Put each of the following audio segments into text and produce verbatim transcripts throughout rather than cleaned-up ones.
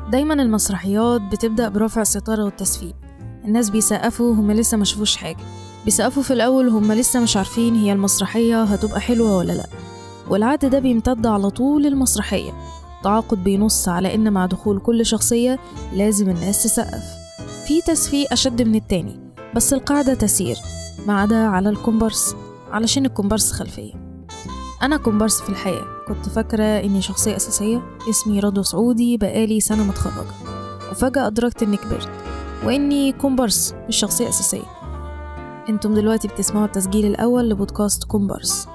دايما المسرحيات بتبدأ برفع الستارة والتصفيق. الناس بيسقفوا هم لسه ما شافوش حاجة، بيسقفوا في الأول هم لسه مش عارفين هي المسرحية هتبقى حلوة ولا لأ، والعد ده بيمتد على طول المسرحية. تعاقد بينص على إن مع دخول كل شخصية لازم الناس تسقف. في تسفيق أشد من التاني، بس القاعدة تسير ما عدا على الكومبارس، علشان الكومبارس خلفية. أنا كومبارس في الحياة، كنت فاكرة إني شخصية أساسية، اسمي رضوى سعودي، بقالي سنة متخرجة، وفجأة أدركت إني كبرت وإني كومبارس مش شخصية أساسية. انتم دلوقتي بتسمعوا التسجيل الأول لبودكاست كومبارس.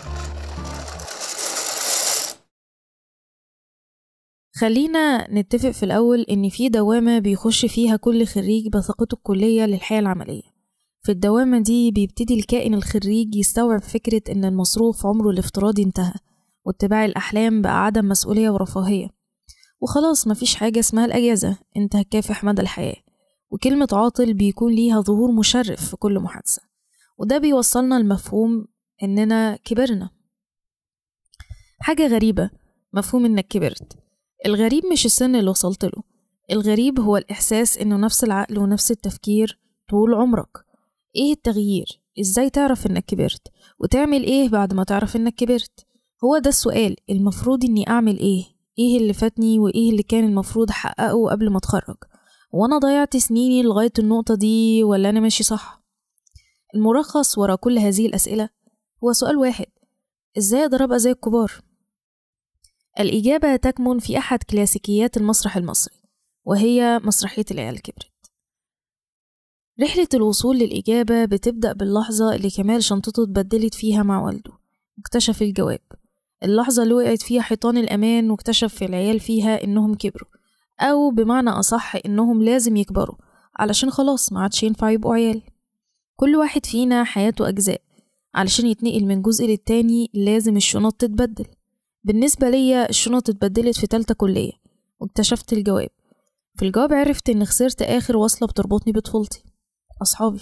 خلينا نتفق في الأول إن في دوامة بيخش فيها كل خريج بثقته الكلية للحياة العملية. في الدوامة دي بيبتدي الكائن الخريج يستوعب فكرة إن المصروف عمره الافتراضي انتهى، واتباع الأحلام بقى عدم مسؤولية ورفاهية، وخلاص مفيش حاجة اسمها الأجازة، انت هتكافح مدى الحياة. وكلمة عاطل بيكون ليها ظهور مشرف في كل محادثة، وده بيوصلنا المفهوم إننا كبرنا. حاجة غريبة مفهوم إنك كبرت. الغريب مش السن اللي وصلت له، الغريب هو الإحساس إنه نفس العقل ونفس التفكير طول عمرك. إيه التغيير؟ إزاي تعرف إنك كبرت؟ وتعمل إيه بعد ما تعرف إنك كبرت؟ هو ده السؤال. المفروض إني أعمل إيه؟ إيه اللي فاتني وإيه اللي كان المفروض أحققه قبل ما أتخرج؟ وأنا ضيعت سنيني لغاية النقطة دي ولا أنا ماشي صح؟ الملخص ورا كل هذه الأسئلة هو سؤال واحد: إزاي أقدر أبقى زي الكبار؟ الإجابة تكمن في أحد كلاسيكيات المسرح المصري، وهي مسرحية العيال كبرت. رحلة الوصول للإجابة بتبدأ باللحظة اللي كمال شنطته اتبدلت فيها مع والده واكتشف الجواب، اللحظة اللي وقعت فيها حيطان الأمان واكتشف في العيال فيها إنهم كبروا، أو بمعنى أصح إنهم لازم يكبروا علشان خلاص ما عادش ينفع يبقوا عيال. كل واحد فينا حياته أجزاء، علشان يتنقل من جزء للتاني لازم الشنط تتبدل. بالنسبة ليا الشنط اتبدلت في تالتة كلية واكتشفت الجواب. في الجواب عرفت إن خسرت آخر وصلة بتربطني بطفولتي، أصحابي.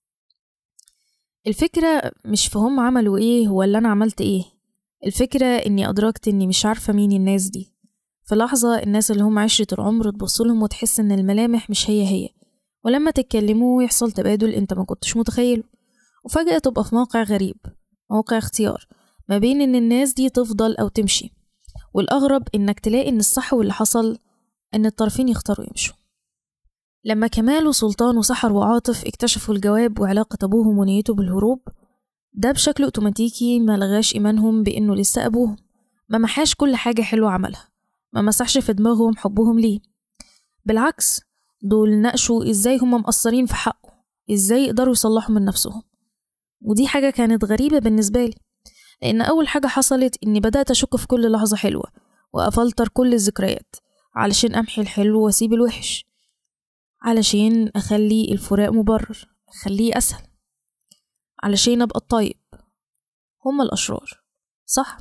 الفكرة مش في هم عملوا إيه ولا أنا عملت إيه، الفكرة إني أدركت إني مش عارفة مين الناس دي. في لحظة الناس اللي هم عشرة العمر تبصلهم وتحس إن الملامح مش هي هي، ولما تتكلموا يحصل تبادل أنت ما كنتش متخيله، وفجأة تبقى في موقع غريب، موقع اختيار ما بين إن الناس دي تفضل أو تمشي. والأغرب إنك تلاقي إن الصح واللي حصل إن الطرفين يختاروا يمشوا. لما كمال وسلطان وسحر وعاطف اكتشفوا الجواب وعلاقة أبوهم ونيته بالهروب، ده بشكل أوتوماتيكي ما لغاش إيمانهم بإنه لسه أبوهم، ما محاش كل حاجة حلوة عملها، ما مسحش في دماغهم حبهم ليه. بالعكس، دول ناقشوا إزاي هم مقصرين في حقه، إزاي يقدروا يصلحوا من نفسهم. ودي حاجة كانت غريبة بالنسبة لي، لأن أول حاجة حصلت إني بدأت أشك في كل لحظة حلوة وأفلتر كل الذكريات علشان أمحي الحلو وأسيب الوحش، علشان أخلي الفراق مبرر، أخليه أسهل، علشان أبقى الطيب. هما الأشرار صح؟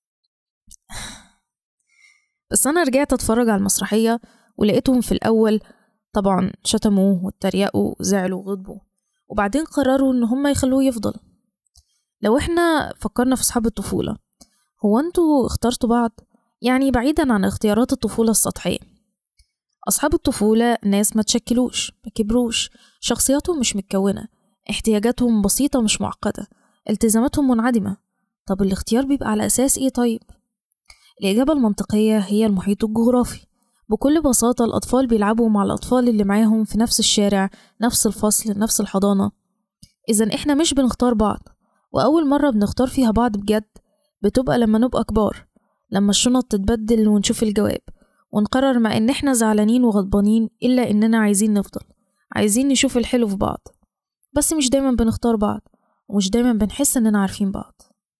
بس أنا رجعت أتفرج على المسرحية ولقيتهم في الأول طبعا شتموه واتريقوا وزعلوا وغضبوا، وبعدين قرروا إن هما يخلوه يفضل. لو إحنا فكرنا في أصحاب الطفولة، هو أنتوا اخترتوا بعض؟ يعني بعيدا عن اختيارات الطفولة السطحية، أصحاب الطفولة ناس ما تشكلوش، ما كبروش، شخصياتهم مش متكونة، احتياجاتهم بسيطة مش معقدة، التزاماتهم منعدمة. طب الاختيار بيبقى على أساس إيه طيب؟ الإجابة المنطقية هي المحيط الجغرافي. بكل بساطة الأطفال بيلعبوا مع الأطفال اللي معاهم في نفس الشارع، نفس الفصل، نفس الحضانة. إذن إحنا مش بنختار بعض، وأول مرة بنختار فيها بعض بجد بتبقى لما نبقى كبار، لما الشنط تتبدل ونشوف الجواب ونقرر مع إن إحنا زعلانين وغضبانين إلا إننا عايزين نفضل، عايزين نشوف الحلو في بعض. بس مش دايما بنختار بعض، ومش دايما بنحس إننا عارفين بعض.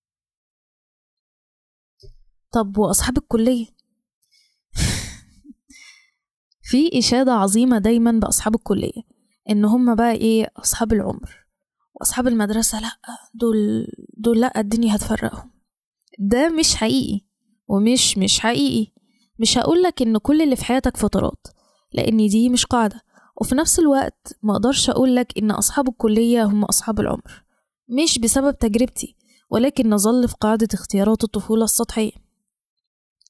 طب وأصحاب الكلية؟ في إشادة عظيمة دايما بأصحاب الكلية إن هم بقى إيه، أصحاب العمر، وأصحاب المدرسة لأ، دول دول لأ الدنيا هتفرقهم. ده مش حقيقي، ومش مش حقيقي. مش هقولك إن كل اللي في حياتك فترات، لأن دي مش قاعدة. وفي نفس الوقت ما أقدرش أقولك إن أصحاب الكلية هم أصحاب العمر، مش بسبب تجربتي، ولكن نظل في قاعدة اختيارات الطفولة السطحية.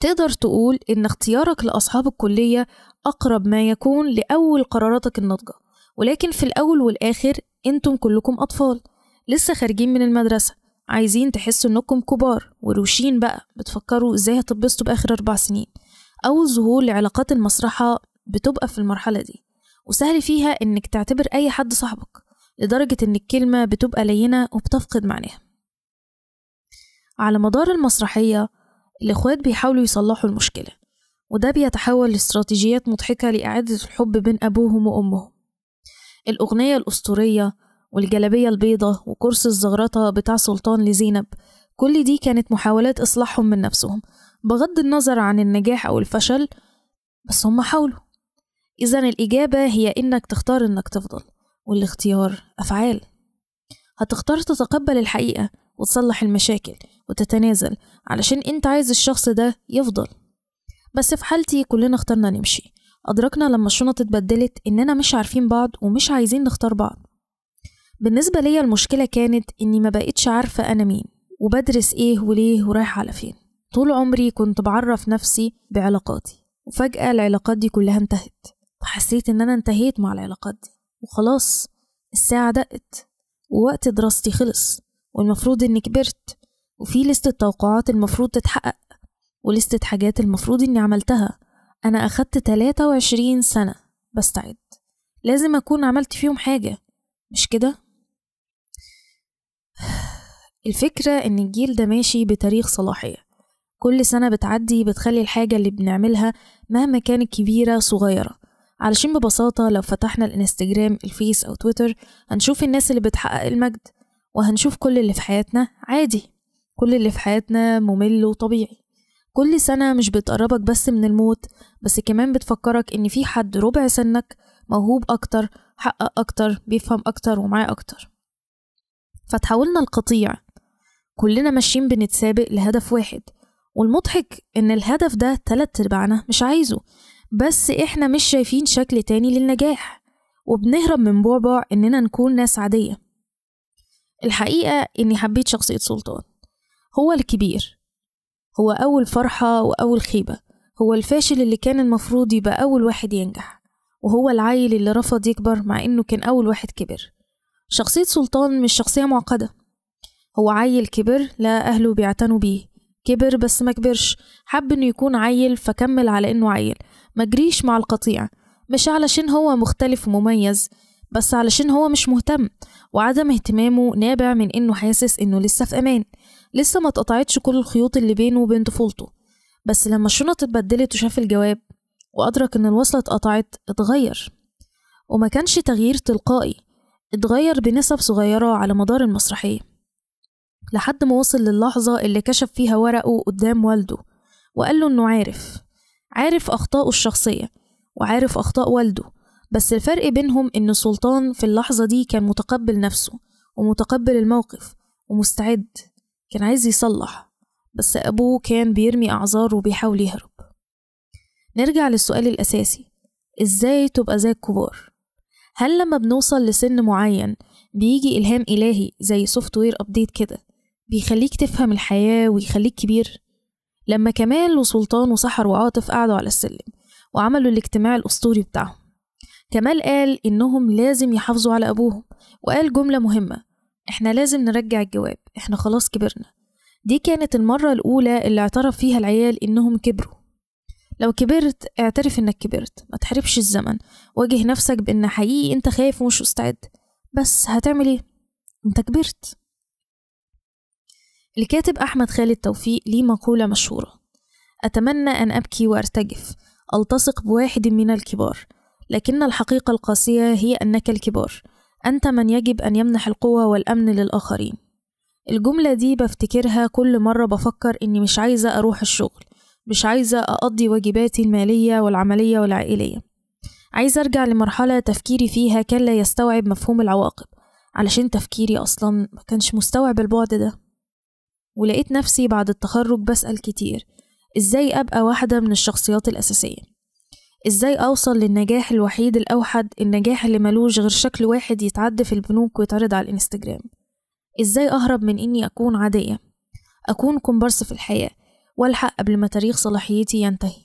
تقدر تقول إن اختيارك لأصحاب الكلية أقرب ما يكون لأول قراراتك الناضجة، ولكن في الأول والآخر أنتم كلكم أطفال لسه خارجين من المدرسة، عايزين تحسوا إنكم كبار وروشين بقى، بتفكروا إزاي هتتبسطوا بآخر أربع سنين. أول ظهور لعلاقات المسرحة بتبقى في المرحلة دي، وسهل فيها إنك تعتبر أي حد صاحبك لدرجة إن الكلمة بتبقى لينة وبتفقد معناها. على مدار المسرحية الإخوات بيحاولوا يصلحوا المشكلة، وده بيتحول لاستراتيجيات مضحكة لإعادة الحب بين أبوهم وأمهم. الأغنية الأسطورية والجلابية البيضة وكرسي الزغرطة بتاع سلطان لزينب، كل دي كانت محاولات إصلاحهم من نفسهم بغض النظر عن النجاح أو الفشل، بس هم حاولوا. إذن الإجابة هي إنك تختار إنك تفضل، والاختيار أفعال. هتختار تتقبل الحقيقة وتصلح المشاكل وتتنازل علشان انت عايز الشخص ده يفضل. بس في حالتي كلنا اخترنا نمشي، أدركنا لما الشنط اتبدلت إننا مش عارفين بعض ومش عايزين نختار بعض. بالنسبة لي المشكلة كانت إني ما بقيتش عارفة أنا مين وبدرس إيه وليه ورايح على فين. طول عمري كنت بعرف نفسي بعلاقاتي، وفجأة العلاقات دي كلها انتهت، وحسيت إن أنا انتهيت مع العلاقات دي وخلاص. الساعة دقت ووقت دراستي خلص، والمفروض إني كبرت وفي لستة توقعات المفروض تتحقق ولستة حاجات المفروض إني عملتها. أنا أخدت تلاتة وعشرين سنة بستعد، لازم أكون عملت فيهم حاجة، مش كده؟ الفكرة إن الجيل ده ماشي بتاريخ صلاحية، كل سنة بتعدي بتخلي الحاجة اللي بنعملها مهما كانت كبيرة صغيرة. علشان ببساطة لو فتحنا الانستجرام الفيس أو تويتر هنشوف الناس اللي بتحقق المجد، وهنشوف كل اللي في حياتنا عادي، كل اللي في حياتنا ممل وطبيعي. كل سنة مش بتقربك بس من الموت، بس كمان بتفكرك إن في حد ربع سنك موهوب أكتر، حقق أكتر، بيفهم أكتر ومعاه أكتر. فتحولنا القطيع، كلنا ماشيين بنتسابق لهدف واحد، والمضحك إن الهدف ده تلات أرباعنا مش عايزه، بس إحنا مش شايفين شكل تاني للنجاح، وبنهرب من بعبع إننا نكون ناس عادية. الحقيقة إني حبيت شخصية سلطان. هو الكبير، هو أول فرحة وأول خيبة، هو الفاشل اللي كان المفروض يبقى أول واحد ينجح، وهو العيل اللي رفض يكبر مع إنه كان أول واحد كبر. شخصية سلطان مش شخصية معقدة، هو عيل كبر لا أهله بيعتنوا بيه، كبر بس ما كبرش، حب إنه يكون عيل فكمل على إنه عيل، مجريش مع القطيع، مش علشان هو مختلف ومميز، بس علشان هو مش مهتم، وعدم اهتمامه نابع من إنه حاسس إنه لسه في أمان، لسه ما اتقطعتش كل الخيوط اللي بينه وبين طفولته. بس لما الشنط اتبدلت وشاف الجواب وأدرك إن الوصلة اتقطعت، اتغير، وما كانش تغيير تلقائي، اتغير بنسب صغيرة على مدار المسرحية، لحد ما وصل للحظة اللي كشف فيها ورقه قدام والده وقال له إنه عارف عارف أخطائه الشخصية وعارف أخطاء والده، بس الفرق بينهم إن سلطان في اللحظة دي كان متقبل نفسه ومتقبل الموقف ومستعد، كان عايز يصلح، بس أبوه كان بيرمي أعذار وبيحاول يهرب. نرجع للسؤال الأساسي، إزاي تبقى زي الكبار؟ هل لما بنوصل لسن معين بيجي إلهام إلهي زي سوفت وير أبديت كده بيخليك تفهم الحياة ويخليك كبير؟ لما كمال وسلطان وسحر وعاطف قعدوا على السلم وعملوا الاجتماع الأسطوري بتاعهم، كمال قال إنهم لازم يحافظوا على أبوهم، وقال جملة مهمة، إحنا لازم نرجع الجواب، إحنا خلاص كبرنا. دي كانت المرة الأولى اللي اعترف فيها العيال إنهم كبروا. لو كبرت اعترف إنك كبرت، ما تحربش الزمن، واجه نفسك بإن حقيقي أنت خايف ومش مستعد، بس هتعمل إيه؟ أنت كبرت. الكاتب أحمد خالد توفيق ليه مقولة مشهورة، أتمنى أن أبكي وأرتجف، ألتصق بواحد من الكبار، لكن الحقيقة القاسية هي أنك الكبار، أنت من يجب أن يمنح القوة والأمن للآخرين. الجملة دي بفتكرها كل مرة بفكر إني مش عايزة أروح الشغل، مش عايزة أقضي واجباتي المالية والعملية والعائلية، عايزة أرجع لمرحلة تفكيري فيها كان لا يستوعب مفهوم العواقب، علشان تفكيري أصلا ما كانش مستوعب البعد ده. ولقيت نفسي بعد التخرج بسأل كتير، إزاي أبقى واحدة من الشخصيات الأساسية؟ إزاي أوصل للنجاح الوحيد الأوحد، النجاح اللي ملوش غير شكل واحد يتعد في البنوك ويتعرض على الانستجرام؟ إزاي أهرب من إني أكون عادية، أكون كومبارس في الحياة، والحق قبل ما تاريخ صلاحيتي ينتهي.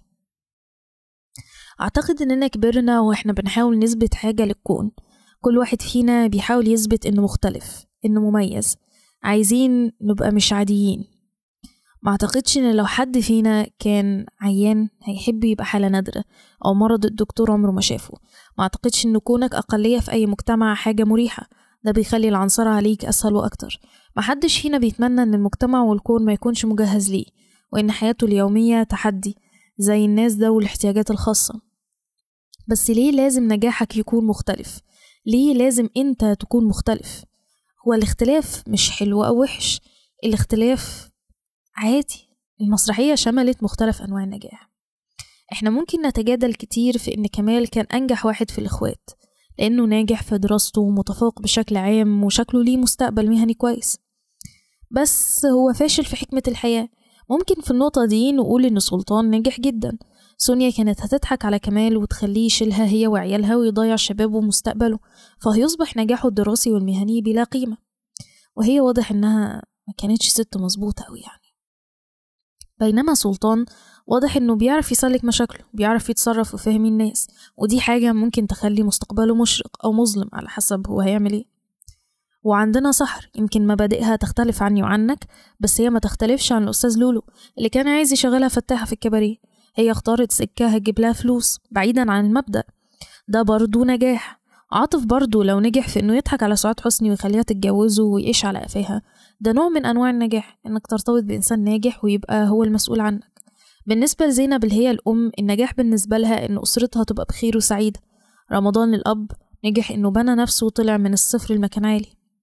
أعتقد إننا كبرنا وإحنا بنحاول نثبت حاجة للكون، كل واحد فينا بيحاول يثبت إنه مختلف، إنه مميز، عايزين نبقى مش عاديين. ما أعتقدش إن لو حد فينا كان عيان هيحب يبقى حالة نادرة أو مرض الدكتور عمره ما شافه. ما أعتقدش إن كونك أقلية في أي مجتمع حاجة مريحة، ده بيخلي العنصرة عليك أسهل وأكتر. محدش فينا بيتمنى إن المجتمع والكون ما يكونش مجهز ليه، وإن حياته اليومية تحدي زي الناس ذوي الاحتياجات الخاصة. بس ليه لازم نجاحك يكون مختلف؟ ليه لازم أنت تكون مختلف؟ هو الاختلاف مش حلو أو وحش، الاختلاف عادي. المسرحية شملت مختلف أنواع النجاح. احنا ممكن نتجادل كتير في إن كمال كان أنجح واحد في الإخوات لأنه ناجح في دراسته ومتفوق بشكل عام وشكله ليه مستقبل مهني كويس، بس هو فاشل في حكمة الحياة. ممكن في النقطة دي نقول إن سلطان ناجح جدا. سونيا كانت هتضحك على كمال وتخليه يشيلها هي وعيالها ويضيع شبابه ومستقبله، فهيصبح نجاحه الدراسي والمهني بلا قيمة. وهي واضح إنها ما كانتش ست مظبوطة أوي يعني. بينما سلطان واضح إنه بيعرف يسلك مشاكله، بيعرف يتصرف وفهم الناس، ودي حاجة ممكن تخلي مستقبله مشرق أو مظلم على حسب هو هيعمل إيه. وعندنا سحر، يمكن مبادئها تختلف عني وعنك، بس هي ما تختلفش عن الأستاذ لولو اللي كان عايز يشغلها فتاحة في الكباريه. هي اختارت سكة هتجيب لها فلوس بعيدا عن المبدأ، ده برضو نجاح. عاطف برضو لو نجح في إنه يضحك على سعاد حسني ويخليها تتجوزه ويعيش على قفاها، ده نوع من أنواع النجاح، إنك ترتبط بإنسان ناجح ويبقى هو المسؤول عنك. بالنسبة لزينب اللي هي الأم، النجاح بالنسبة لها إن أسرتها تبقى بخير وسعيدة. رمضان الأب نجح إنه بنى نفسه وطلع من الصفر لمكان عالي.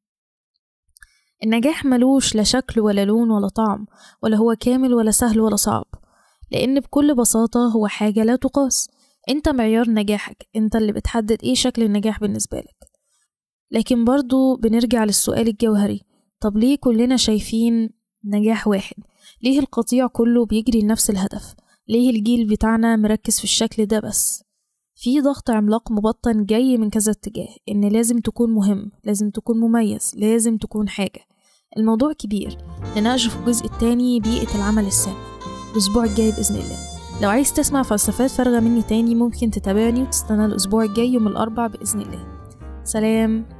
النجاح ملوش لا شكل ولا لون ولا طعم، ولا هو كامل ولا سهل ولا صعب، لأن بكل بساطة هو حاجة لا تقاس. انت معيار نجاحك، انت اللي بتحدد ايه شكل النجاح بالنسبة لك. لكن برضو بنرجع للسؤال الجوهري، طب ليه كلنا شايفين نجاح واحد؟ ليه القطيع كله بيجري لنفس الهدف؟ ليه الجيل بتاعنا مركز في الشكل ده بس؟ في ضغط عملاق مبطن جاي من كذا اتجاه، ان لازم تكون مهم، لازم تكون مميز، لازم تكون حاجة. الموضوع كبير، نناقشه في الجزء التاني، بيئة العمل السامة، الأسبوع الجاي بإذن الله. لو عايز تسمع فلسفات فارغة مني تاني، ممكن تتابعني وتستنى الأسبوع الجاي يوم الأربع بإذن الله. سلام.